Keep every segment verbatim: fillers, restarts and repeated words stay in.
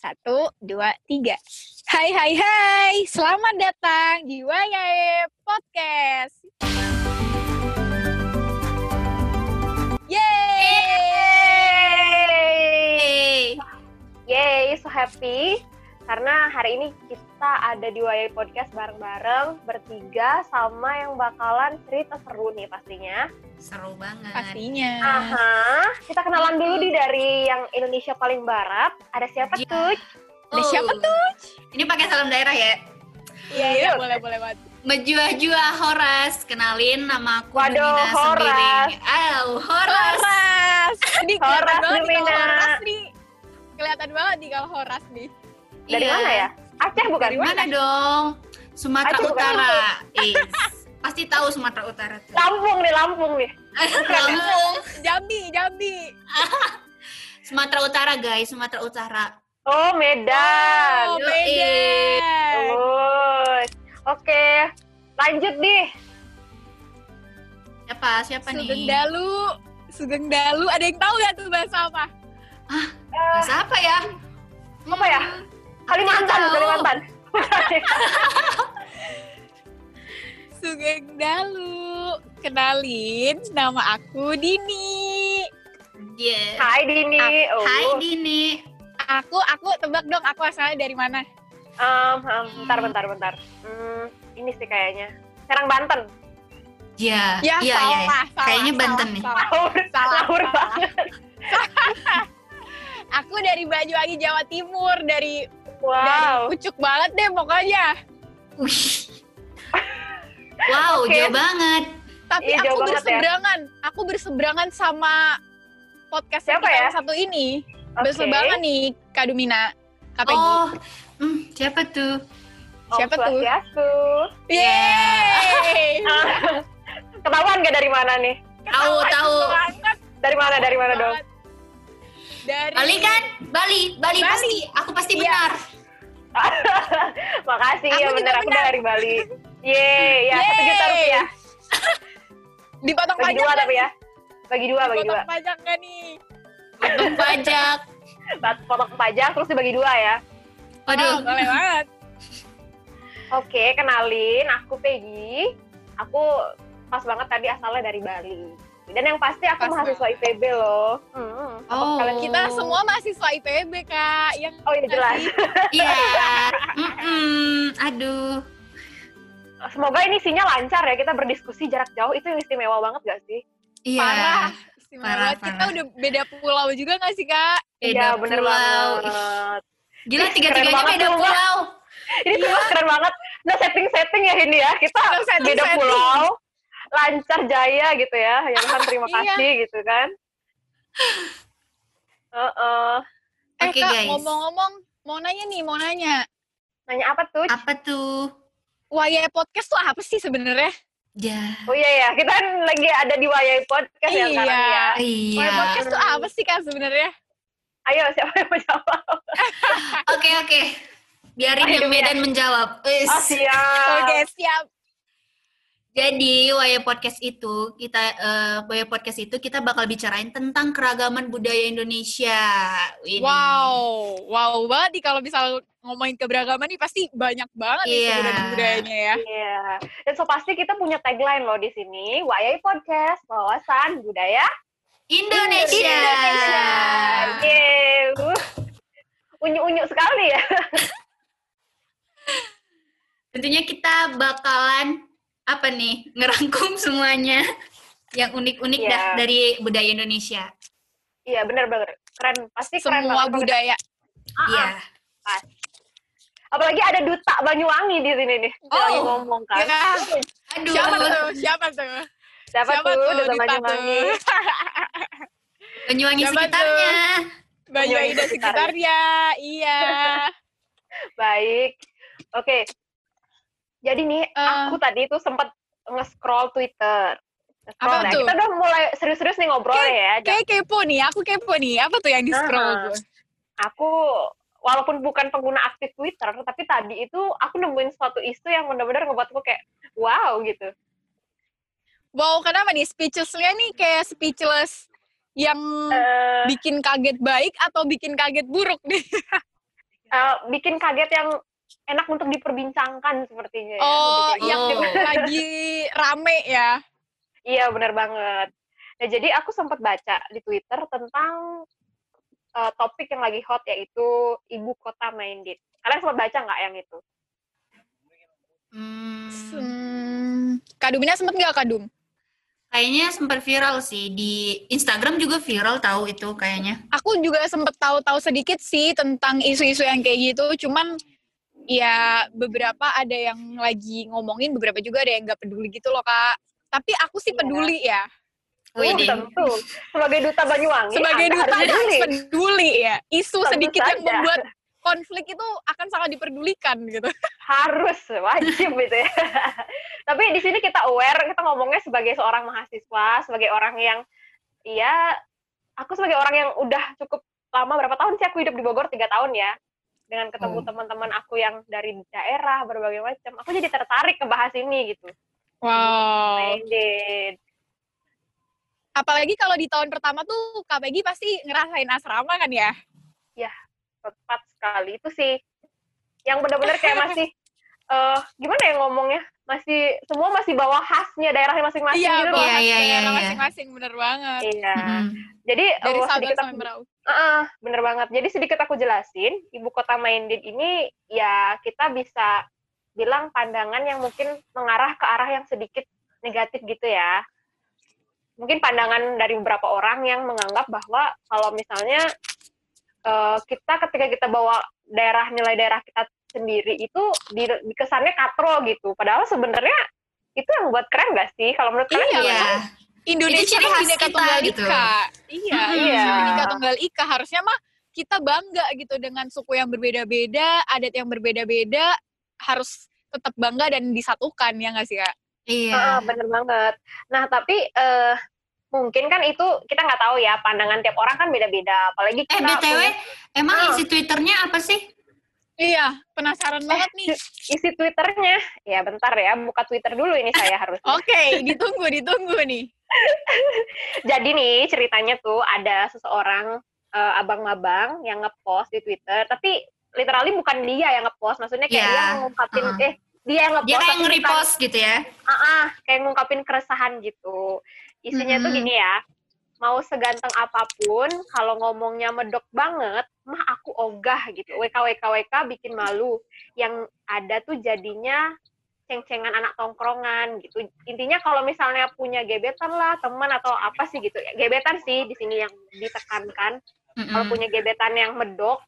Satu, dua, tiga. Hai, hai, hai. Selamat datang di W Y A Podcast. Yeay! Yeay, so happy. Karena hari ini kita ada di W Y A Podcast bareng-bareng, bertiga, sama yang bakalan cerita seru nih pastinya. Seru banget. Pastinya. Aha, kita kenalan dulu nih dari yang Indonesia paling barat. Ada siapa Ya. tuh? Ada siapa tuh? Ini pakai salam daerah ya. Iya, iya, boleh, boleh banget. Mejua-jua Horas, kenalin nama aku Waduh, Dumina Horas. Sembiring. Oh, Horas. Horas. Ini kelihatan Horas, banget nih kalau Lumina. Horas nih. Kelihatan banget nih kalau Horas nih. Dari Iya. mana ya? Aceh bukan? Dari mana dong? Sumatera Aceh bukan? Utara. Is. Pasti tahu Sumatera Utara tuh. Lampung nih, Lampung nih. Lampung. Jambi, Jambi. Sumatera Utara guys, Sumatera Utara. Oh, Medan. Oh, Yoi. Medan. Oh, oke. Lanjut nih. Siapa? Siapa Sugeng nih? Dalu. Sugeng Dalu. Ada yang tahu nggak tuh bahasa apa? Eh, Bahasa apa ya? apa ya? Kalimantan, Tahu. Kalimantan. Sugeng Dalu. Kenalin, nama aku Dini. Yeah. Hai Dini. Oh. Hai Dini. Aku, aku tebak dong, aku asalnya dari mana? Um, um, bentar, bentar, bentar. Hmm, ini sih kayaknya. Serang Banten. Ya, Ya, iya, salah, iya. salah, Kayaknya salah, Banten nih. salah. Ngawur, Salah, ngawur salah. banget. Aku dari Banyuwangi, Jawa Timur, dari Wow. dari pucuk banget deh pokoknya. Wih. Wow, Oke. jauh banget. Tapi Iya, aku jauh banget ya. berseberangan, aku berseberangan sama podcast Siapa kita ya? yang satu ini. Oke. Berseberangan nih, Kak Dumina, Kak Peggy. Oh, hmm, siapa tuh? Om Siapa tuh? Swastiastu. Yeay! Ketahuan gak dari mana nih? Tahu, Ketahuan tahu. banget Dari mana, dari mana dong? banget. Dari Bali kan? Bali, Bali, Bali. pasti. Aku pasti Iya. benar. Makasih, Aku ya juga bener. Aku benar. dari Bali. Yeay, ya satu Yeay. juta rupiah. Dipotong Bagi pajak dua nggak tapi nih? ya. Bagi dua, bagi dua. Dipotong pajak nggak nih? Potong pajak. Potong pajak, terus dibagi dua ya. Oh, Waduh. boleh banget. Oke, kenalin, aku Peggy. Aku pas banget tadi asalnya dari Bali. Dan yang pasti aku Pas mahasiswa I P B loh. Hmm, apa Oh. kalian- Kita semua mahasiswa I P B, Kak. Yang Oh iya jelas. Iya. Mm-mm. Aduh. Semoga ini isinya lancar ya. Kita berdiskusi jarak jauh itu yang istimewa banget gak sih? Iya. Parah. Istimewa Parah, banget. Kita parah. udah beda pulau juga nggak sih, Kak? Beda Iya, bener pulau. banget. Gila, Ih, tiga-tiganya keren banget beda tuh, Mbak. pulau. Ini tuh keren banget. Nah setting-setting ya ini ya. Kita Nah, setting-setting. beda pulau, lancar jaya gitu ya. Ya Tuhan terima Iya. kasih gitu kan. Heeh. Eh, Oke, Kak, guys. ngomong-ngomong, mau nanya nih, mau nanya. Nanya apa tuh? Apa tuh? W Y A Podcast tuh apa sih sebenarnya? Ya. Oh iya ya, kita kan lagi ada di W Y A Podcast ya Iya. sekarang ya. W Y A Iya. Podcast tuh apa sih, Kak, sebenarnya? Ayo siapa yang mau jawab? Oke, oke. Biarin Ayo, yang Medan menjawab. Wis. Oh siap. Oke, siap. Jadi W Y A Podcast itu kita eh, W Y A Podcast itu kita bakal bicarain tentang keragaman budaya Indonesia. Widih. Wow, wow banget nih kalau misal ngomongin keberagaman nih pasti banyak banget nih Iya. kebudayaan-budayanya ya. Iya. Dan so pasti kita punya tagline loh di sini. W Y A Podcast, wawasan budaya Indonesia. Indonesia. Yeay. Uh. Unyu-unyu sekali ya. Tentunya kita bakalan apa nih ngerangkum semuanya yang unik-unik Iya. dah dari budaya Indonesia. Iya benar-benar keren. Pasti keren Semua banget. budaya. Ah, Iya. ah, pas. Apalagi ada duta Banyuwangi di sini nih. Kita Oh, lagi ngomong kan. Ya. Aduh. Siapa tuh? Siapa tuh? Siapa, Siapa tuh? tuh Duta duta Banyuwangi. tuh? Banyuwangi Siapa sekitarnya. Banyuwangi dan sekitarnya. sekitarnya. Iya. Baik. Oke. Jadi nih, Eh. aku tadi tuh sempat nge-scroll Twitter. Nge-scroll Apa ya. tuh? Kita udah mulai serius-serius nih ngobrol ya. Kayak kepo nih, aku kepo nih. Apa tuh yang di-scroll Nah. tuh? Aku walaupun bukan pengguna aktif Twitter, tapi tadi itu aku nemuin suatu isu yang benar-benar ngebuatku kayak wow gitu. Wow, kenapa nih? Speechless-nya nih kayak speechless yang Eh, bikin kaget baik atau bikin kaget buruk nih? uh, bikin kaget yang enak untuk diperbincangkan sepertinya. Oh, ya. yang Oh. lagi rame ya. Iya, benar banget. Nah, jadi aku sempat baca di Twitter tentang uh, topik yang lagi hot, yaitu ibu kota minded. Kalian sempat baca nggak yang itu? Hmm, Hmm, Kadumnya sempet nggak Kadum? kayaknya sempat viral sih di Instagram juga viral tahu itu kayaknya. Aku juga sempet tahu-tahu sedikit sih tentang isu-isu yang kayak gitu. Cuman ya beberapa ada yang lagi ngomongin, beberapa juga ada yang nggak peduli gitu loh Kak. Tapi aku sih Iya. peduli ya. Oh, Widih. tentu. Sebagai duta Banyuwangi, Sebagai Anda duta harus harus peduli. peduli ya. Isu Tentu sedikit yang saja. membuat konflik itu akan sangat diperdulikan gitu. Harus, wajib gitu ya. Tapi di sini kita aware, kita ngomongnya sebagai seorang mahasiswa, sebagai orang yang, iya, aku sebagai orang yang udah cukup lama, berapa tahun sih aku hidup di Bogor, tiga tahun ya. Dengan ketemu Oh. teman-teman aku yang dari daerah, berbagai macam, aku jadi tertarik ngebahas ini gitu. Wow. Minded. Apalagi kalau di tahun pertama tuh Kak Peggy pasti ngerasain asrama kan ya? Ya, tepat sekali. Itu sih yang benar-benar kayak masih, uh, gimana ya ngomongnya, masih semua masih bawa khasnya daerahnya masing-masing Iya, gitu. bawa Iya, khas iya, daerah iya, iya. masing-masing, bener banget. Iya. Mm-mm. Jadi Dari uh, Sabang sedikit sampai aku, Merauke. uh, bener banget. Jadi sedikit aku jelasin, ibu kota minded ini ya kita bisa bilang pandangan yang mungkin mengarah ke arah yang sedikit negatif gitu ya. Mungkin pandangan dari beberapa orang yang menganggap bahwa kalau misalnya uh, kita ketika kita bawa daerah nilai daerah kita sendiri itu di, di kesannya katro gitu. Padahal sebenarnya itu yang buat keren gak sih? Kalau menurut kalian Iya. gimana? Iya. Indonesia Itu ciri kan khas Bhinneka kita Tunggal gitu. Ika. Iya, Mm-mm. iya. Iya. Bhinneka Tunggal Ika. Harusnya mah kita bangga gitu dengan suku yang berbeda-beda, adat yang berbeda-beda, harus tetap bangga dan disatukan, ya nggak sih Kak? Iya. Uh, bener banget. Nah, tapi uh, mungkin kan itu kita nggak tahu ya, pandangan tiap orang kan beda-beda. Apalagi Eh, kita B T W, punya- emang Ah. isi Twitternya apa sih? Iya, penasaran banget nih. isi Twitternya, ya bentar ya, buka Twitter dulu ini saya harus. Oke, ditunggu, ditunggu nih. Jadi nih ceritanya tuh ada seseorang uh, abang-abang yang ngepost di Twitter, tapi literally bukan dia yang ngepost, maksudnya kayak Iya. dia ngungkapin, Uh-uh. eh dia yang ngepost, Dia kayak tapi bukan- nge-repost gitu ya? Ah, ah, kayak ngungkapin keresahan gitu. Isinya tuh Mm-mm. gini ya, mau seganteng apapun, kalau ngomongnya medok banget, mah aku ogah gitu. W K W K W K bikin malu. Yang ada tuh jadinya ceng-cengan anak tongkrongan gitu. Intinya kalau misalnya punya gebetan lah, teman atau apa sih gitu. Gebetan sih di sini yang ditekankan. Mm-mm. Kalau punya gebetan yang medok,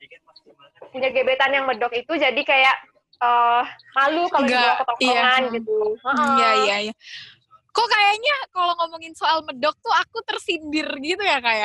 punya gebetan yang medok itu jadi kayak eh, malu kalau Nggak, dibawa ke tongkrongan iya. gitu. Hmm, Iya, iya, iya. Kok kayaknya kalau ngomongin soal medok tuh aku tersindir gitu ya Kak ya?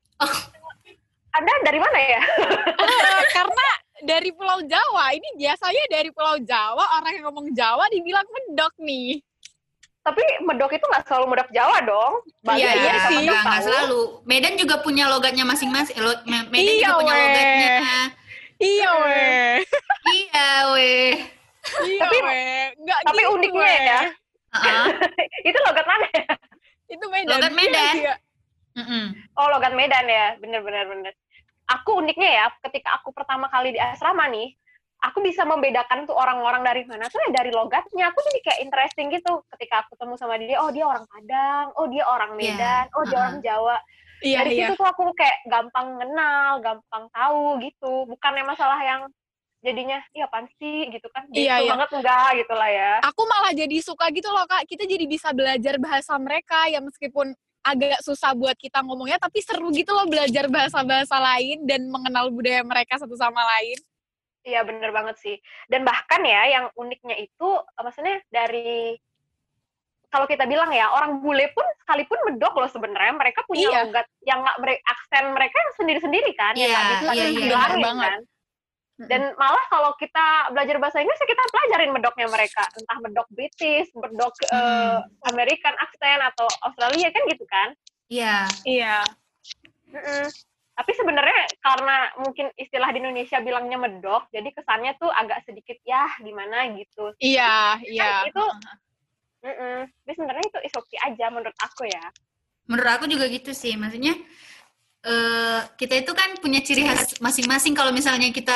Anda dari mana ya? Eh, karena dari Pulau Jawa, ini biasanya dari Pulau Jawa, orang yang ngomong Jawa dibilang medok nih. Tapi medok itu nggak selalu medok Jawa dong. Bali Iya, juga iya bisa sih. medok Nggak, nggak tahu. selalu. Medan juga punya logatnya masing-masing. Lo- Me- Medan Iya, juga punya weh. logatnya. Iya weh, Iya, weh. iya Tapi- weh. Nggak tapi gitu, uniknya weh. ya. Uh-uh. Itu logat mana ya? Itu Medan. Logat Iya Medan. sih, Kak. Mm-mm. Oh, logat Medan ya. Bener-bener bener. Aku uniknya ya, ketika aku pertama kali di asrama nih, aku bisa membedakan tuh orang-orang dari mana tuh ya dari logatnya. Aku jadi kayak interesting gitu ketika aku ketemu sama dia. Oh, dia orang Padang. Oh, dia orang Medan. Oh, dia uh-uh. orang Jawa. Iya, Dari iya. situ tuh aku kayak gampang kenal, gampang tahu gitu. Bukannya masalah yang jadinya, iya apaan sih gitu kan. Iya, Gitu iya. banget enggak gitu lah ya. Aku malah jadi suka gitu loh Kak. Kita jadi bisa belajar bahasa mereka ya meskipun agak susah buat kita ngomongnya, tapi seru gitu loh belajar bahasa-bahasa lain dan mengenal budaya mereka satu sama lain. Iya bener banget sih. Dan bahkan ya yang uniknya itu eh, maksudnya dari kalau kita bilang ya orang bule pun sekalipun medok loh sebenarnya mereka punya Iya. logat yang nggak mere- aksen mereka yang sendiri-sendiri kan yang Iya, nggak bisa iya, iya, dihilangin bener banget. kan. Dan malah kalau kita belajar bahasa Inggris ya kita pelajarin medoknya mereka, entah medok British, medok eh, Hmm. American accent atau Australia kan gitu kan. Iya. Iya. Mm-mm. Tapi sebenarnya karena mungkin istilah di Indonesia bilangnya medok, jadi kesannya tuh agak sedikit ya gimana gitu. Iya, iya. Kan itu, mm-mm. Tapi sebenarnya itu is okay aja menurut aku ya. Menurut aku juga gitu sih. Maksudnya eh kita itu kan punya ciri khas masing-masing kalau misalnya kita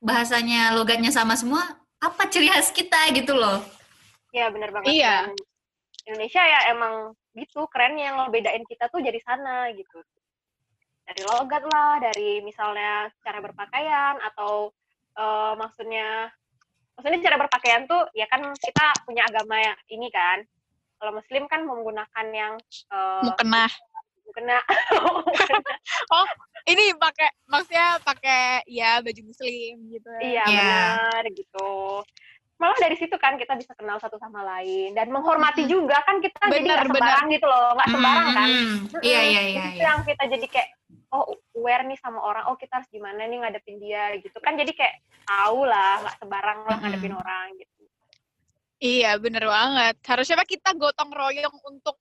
bahasanya logatnya sama semua, apa ciri khas kita gitu loh. Iya benar banget. Iya. Dan Indonesia ya emang gitu, kerennya yang ngebedain kita tuh dari sana gitu. Dari logat lah, dari misalnya cara berpakaian atau uh, maksudnya maksudnya cara berpakaian tuh ya kan kita punya agama yang ini kan. Kalau Muslim kan menggunakan yang uh, mukena. Mukena. Oh, ini pakai maksudnya pakai ya baju Muslim gitu. Iya, yeah. Benar gitu. Malah dari situ kan kita bisa kenal satu sama lain dan menghormati hmm. juga kan kita bener, jadi nggak sembarang bener. Gitu loh, nggak sembarang hmm. kan. Iya iya iya. Itu yang kita jadi kayak oh aware nih sama orang, oh kita harus gimana nih ngadepin dia gitu kan, jadi kayak tahu lah nggak sembarang lah hmm. ngadepin orang gitu. Iya bener banget. Harusnya kita gotong royong untuk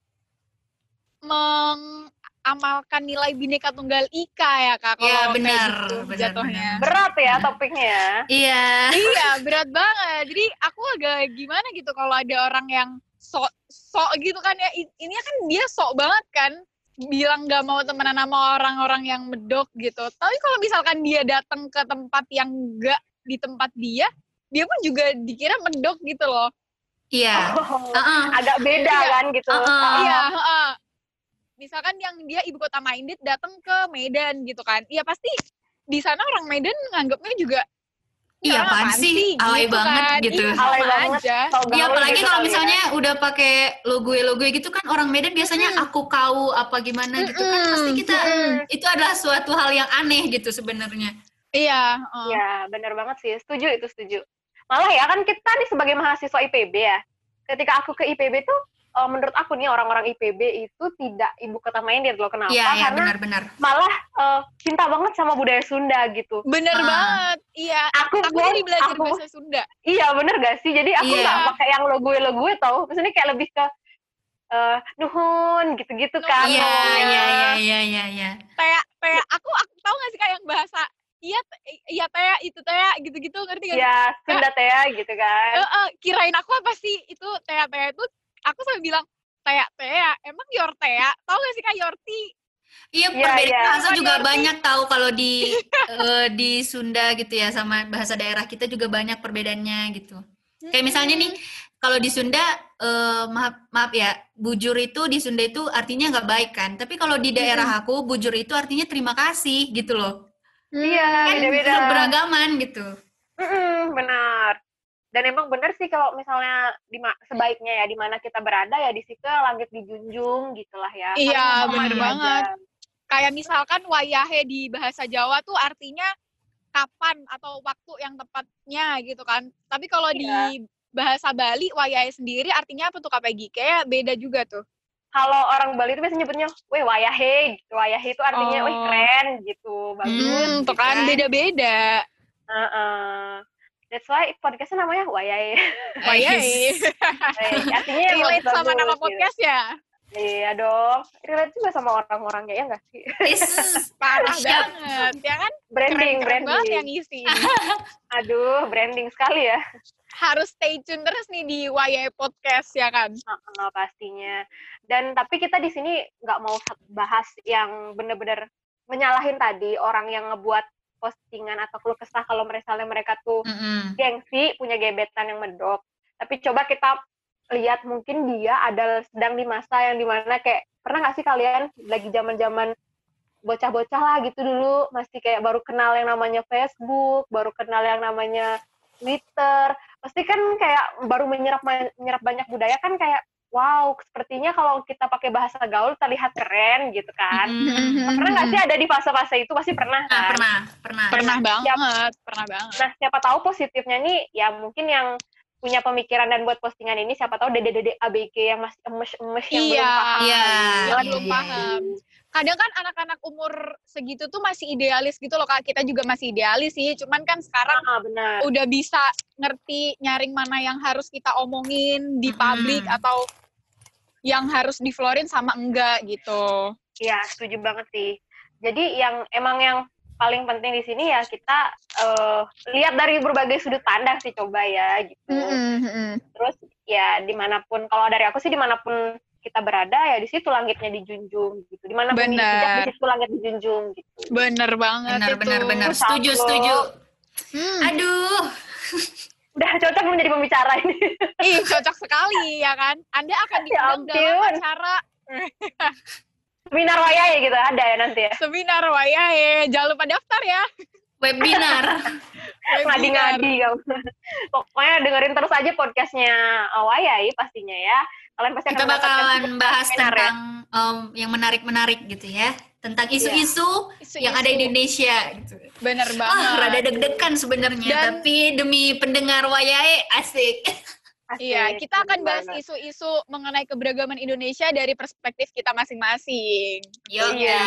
mengamalkan nilai Bhinneka Tunggal Ika ya Kak. Iya benar, gitu, benar, jatuhnya. benar. Berat ya topiknya. Iya. Iya berat banget. Jadi aku agak gimana gitu kalau ada orang yang sok sok gitu kan ya. Ini kan dia sok banget kan. Bilang gak mau temenan sama orang-orang yang medok gitu. Tapi kalau misalkan dia datang ke tempat yang gak di tempat dia, dia pun juga dikira medok gitu loh. Iya. Oh, uh-uh. Agak beda iya. kan gitu. Uh-uh. Iya, uh-uh. Misalkan yang dia ibu kota minded datang ke Medan gitu kan. Iya pasti di sana orang Medan nganggapnya juga iya apaan sih, alay gitu banget kan. gitu. Iya, alay banget. Iya apalagi gitu kalau misalnya ya. Udah pakai logo-logo gitu kan orang Medan biasanya mm. aku kau apa gimana mm-mm. gitu kan pasti kita mm. itu adalah suatu hal yang aneh gitu sebenarnya. Iya. Iya, uh. benar banget sih. Setuju itu setuju. Malah ya kan kita nih sebagai mahasiswa I P B ya. Ketika aku ke I P B tuh uh, menurut aku nih orang-orang I P B itu tidak ibu kota minded loh. Kenapa? Iya, iya, karena benar-benar. malah uh, cinta banget sama budaya Sunda gitu. Bener uh. banget. Iya. Aku, aku jadi belajar aku, bahasa Sunda. Iya bener gak sih? Jadi aku nggak yeah. pakai yang logo-logo tau. Maksudnya kayak lebih ke uh, nuhun gitu-gitu nuhun. Kan. Iya iya iya iya iya. iya. Kayak kayak aku aku tahu nggak sih kayak yang bahasa iya iya teh itu teh gitu-gitu ngerti gak? Iya Sunda teh gitu kan. Uh, uh, kirain aku apa sih itu teh teh itu aku sampai bilang teh teh emang yor teh tahu gak sih kayak yorti? Iya perbedaan yeah, bahasa yeah. juga yorti. Banyak tahu kalau di uh, di Sunda gitu ya sama bahasa daerah kita juga banyak perbedaannya gitu. Hmm. Kayak misalnya nih kalau di Sunda uh, maaf maaf ya bujur itu di Sunda itu artinya nggak baik kan. Tapi kalau di daerah hmm. aku bujur itu artinya terima kasih gitu loh. Iya, kan beda-beda. Beragaman gitu. Mm-mm, benar. Dan emang benar sih kalau misalnya di ma- sebaiknya ya di mana kita berada ya di situ langit dijunjung gitulah ya. Iya, benar banget. Kayak misalkan wayahe di bahasa Jawa tuh artinya kapan atau waktu yang tepatnya gitu kan. Tapi kalau iya. di bahasa Bali wayahe sendiri artinya apa tuh Kak Peggy? Kayak beda juga tuh. Kalau orang Bali itu biasanya nyebutnya, weh wayahe, gitu. Wayahe itu artinya, oh. weh keren, gitu, bagus. Hmm, gitu tuh kan beda-beda. Uh-uh. That's why podcastnya namanya wayahe. Wayahe. Artinya yang relate bagus, sama nama podcast gitu. Ya? Iya dong, relate juga sama orang-orangnya, ya nggak sih? Parah banget, ya kan? Branding, keren-keren branding. banget yang isi. Aduh, branding sekali ya. Harus stay tune terus nih di Y A Podcast ya kan? Oh, pastinya. Dan tapi kita di sini nggak mau bahas yang benar-benar menyalahin tadi orang yang ngebuat postingan atau keluh kesah kalau misalnya mereka tuh mm-hmm. gengsi punya gebetan yang medok. Tapi coba kita lihat mungkin dia ada sedang di masa yang dimana kayak pernah nggak sih kalian lagi zaman-zaman bocah-bocah lah gitu dulu masih kayak baru kenal yang namanya Facebook, baru kenal yang namanya Twitter. Pasti kan kayak baru menyerap menyerap banyak budaya kan kayak wow, sepertinya kalau kita pakai bahasa gaul terlihat keren gitu kan. Mm-hmm. Pernah nggak sih ada di fase-fase itu? Pasti pernah kan? Nah, pernah, pernah. Pernah nah, banget, siapa, pernah banget. Nah, siapa tahu positifnya nih, ya mungkin yang punya pemikiran dan buat postingan ini, siapa tahu dede-dede A B G yang masih emes-emes yang iya, belum paham. Iya, yang iya, belum iya. paham. Kadang kan anak-anak umur segitu tuh masih idealis gitu loh Kak. Kita juga masih idealis sih, cuman kan sekarang ah, benar. udah bisa ngerti nyaring mana yang harus kita omongin di publik hmm. atau yang harus diflorin sama enggak gitu. Iya, setuju banget sih. Jadi yang emang yang paling penting di sini ya kita uh, lihat dari berbagai sudut pandang sih coba ya gitu. Mm-hmm. Terus ya dimanapun, kalau dari aku sih dimanapun kita berada ya di situ langitnya dijunjung gitu. Dimanapun dijunjung di situ langit dijunjung gitu. Bener banget bener, itu. Bener bener bener. Setuju setuju. Hmm. Aduh. Udah cocok menjadi pembicara ini. Ih, cocok sekali ya kan. Anda akan Ya diundang dalam ampun. acara Seminar wayai gitu ada ya nanti ya. seminar wayahe. Jangan lupa daftar ya. Webinar. Ngadi-ngadi kamu. Pokoknya dengerin terus aja podcastnya uh, Wayai pastinya ya. Kalian pasti Kita akan mendapatkan bakalan bahas seminar ya. tentang um, yang menarik-menarik gitu ya. Tentang isu-isu Isu-isu. yang ada di Indonesia gitu. Bener Ah, banget. rada deg-degan sebenarnya, Dan- tapi demi pendengar Wayai asik. Asik, Iya, kita akan bener bahas banget. isu-isu mengenai keberagaman Indonesia dari perspektif kita masing-masing. Yo, Iya.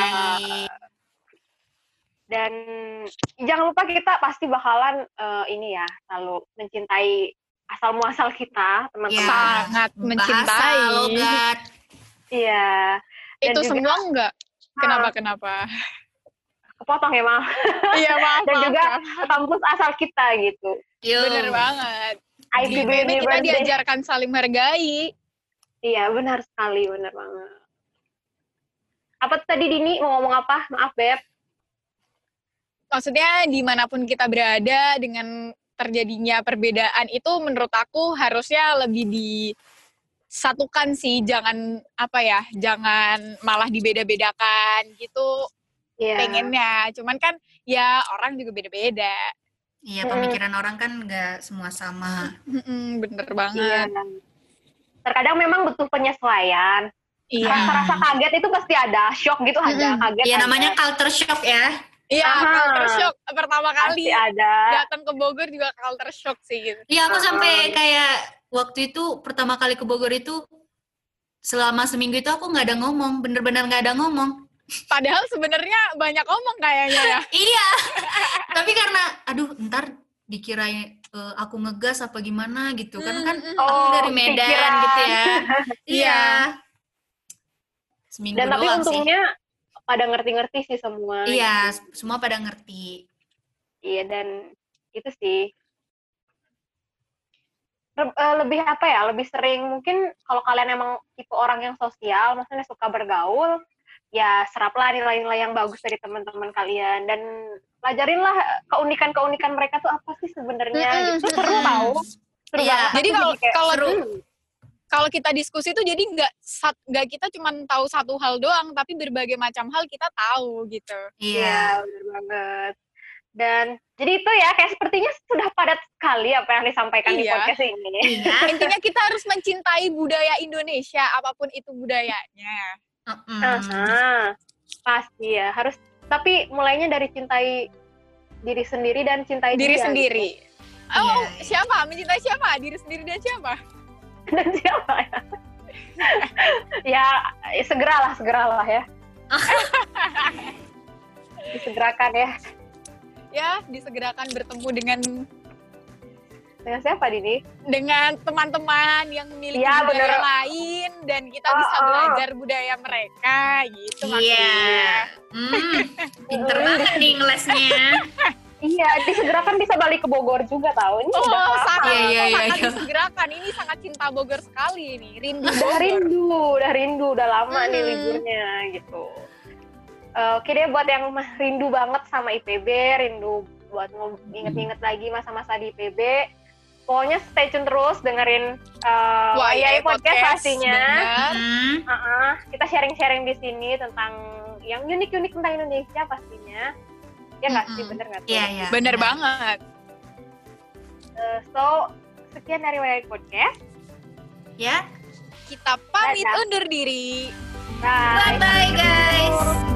Dan jangan lupa kita pasti bakalan eh, ini ya selalu mencintai asal muasal kita teman-teman. Ya. Sangat mencintai. Bahasa, logat. Iya. Dan Itu juga- semua enggak? Kenapa, kenapa? Kepotong ya maaf. Iya, maaf, Dan maaf, juga maaf. kampus asal kita gitu. Yo. Bener banget. I Di P B I P B kita University. diajarkan saling menghargai. Iya benar sekali, benar banget. Apa tadi Dini mau ngomong apa? Maaf Beb. Maksudnya dimanapun kita berada dengan terjadinya perbedaan itu menurut aku harusnya lebih disatukan sih, jangan apa ya, jangan malah dibeda-bedakan gitu Iya. pengennya. Cuman kan ya orang juga beda-beda. Iya, pemikiran orang kan nggak semua sama. Mm-mm, bener Iya. banget. Terkadang memang butuh penyesuaian. Iya. Rasa-rasa kaget itu pasti ada, shock gitu ada, Mm-mm. kaget. Iya, ada. namanya culture shock ya. Iya, Aha. culture shock pertama kali Pasti ada. datang ke Bogor juga culture shock sih gitu. Iya, aku Ah. sampai kayak waktu itu pertama kali ke Bogor itu selama seminggu itu aku nggak ada ngomong, bener-bener nggak ada ngomong. Padahal sebenarnya banyak omong kayaknya ya. Iya, tapi karena aduh ntar dikira eh, aku ngegas apa gimana gitu kan kan Mm-mm. aku Oh, dari Medan pikiran. gitu ya. Iya. Iya. Seminggu Dan tapi doang sih. untungnya pada ngerti-ngerti sih semua. Iya, gitu. semua pada ngerti. Iya dan itu sih. Re- eh, lebih apa ya? Lebih sering mungkin kalau kalian emang tipe orang yang sosial, maksudnya suka bergaul, ya seraplah nilai-nilai yang bagus dari teman-teman kalian dan pelajarinlah keunikan-keunikan mereka tuh apa sih sebenarnya. Mm-mm, Gitu seru mm-mm. tau. Seru Iya. banget. Jadi Aku kalau kayak, kalau hmm, kalau kita diskusi itu jadi nggak sat- nggak kita cuma tahu satu hal doang, tapi berbagai macam hal kita tahu gitu. Iya, Iya. benar banget. Dan jadi itu ya kayak sepertinya sudah padat sekali apa yang disampaikan di Iya. podcast ini. Iya. Intinya kita harus mencintai budaya Indonesia apapun itu budayanya. Mm-mm. Aha, pasti ya harus. Tapi mulainya dari cintai diri sendiri dan cintai Diri dia, sendiri. Iya, Oh, iya. siapa? Mencintai siapa? Diri sendiri dan siapa? gitu. Dan siapa ya? ya segeralah, segeralah ya. Disegerakan ya. Ya, disegerakan bertemu dengan Dengan siapa Dini? dengan teman-teman yang memiliki Iya, budaya bener. lain dan kita Oh, bisa oh. belajar budaya mereka gitu Iya. maksudnya. Hmm, pinter banget nih ngelesnya. Iya, disegerakan bisa balik ke Bogor juga tahu. Ini Oh, udah lama. sangat, Iya, iya, iya, sangat iya. disegerakan. Ini sangat cinta Bogor sekali ini. Rindu Udah Bogor. rindu, udah rindu, udah lama nih Hmm. liburnya gitu. Eh, Oke deh buat yang mah rindu banget sama I P B, rindu buat ngob- inget-inget lagi masa-masa di I P B. Pokoknya stay tune terus dengerin uh, Wayai Podcast pastinya. bener. Hmm. Uh-uh. Kita sharing-sharing di sini tentang yang unik-unik tentang Indonesia pastinya. Ya nggak sih, Mm-mm. bener nggak sih? Iya, iya. Bener banget. Eh, so, sekian dari Wayai Podcast. Ya. Kita pamit Dadah. undur diri. Bye. Bye bye guys.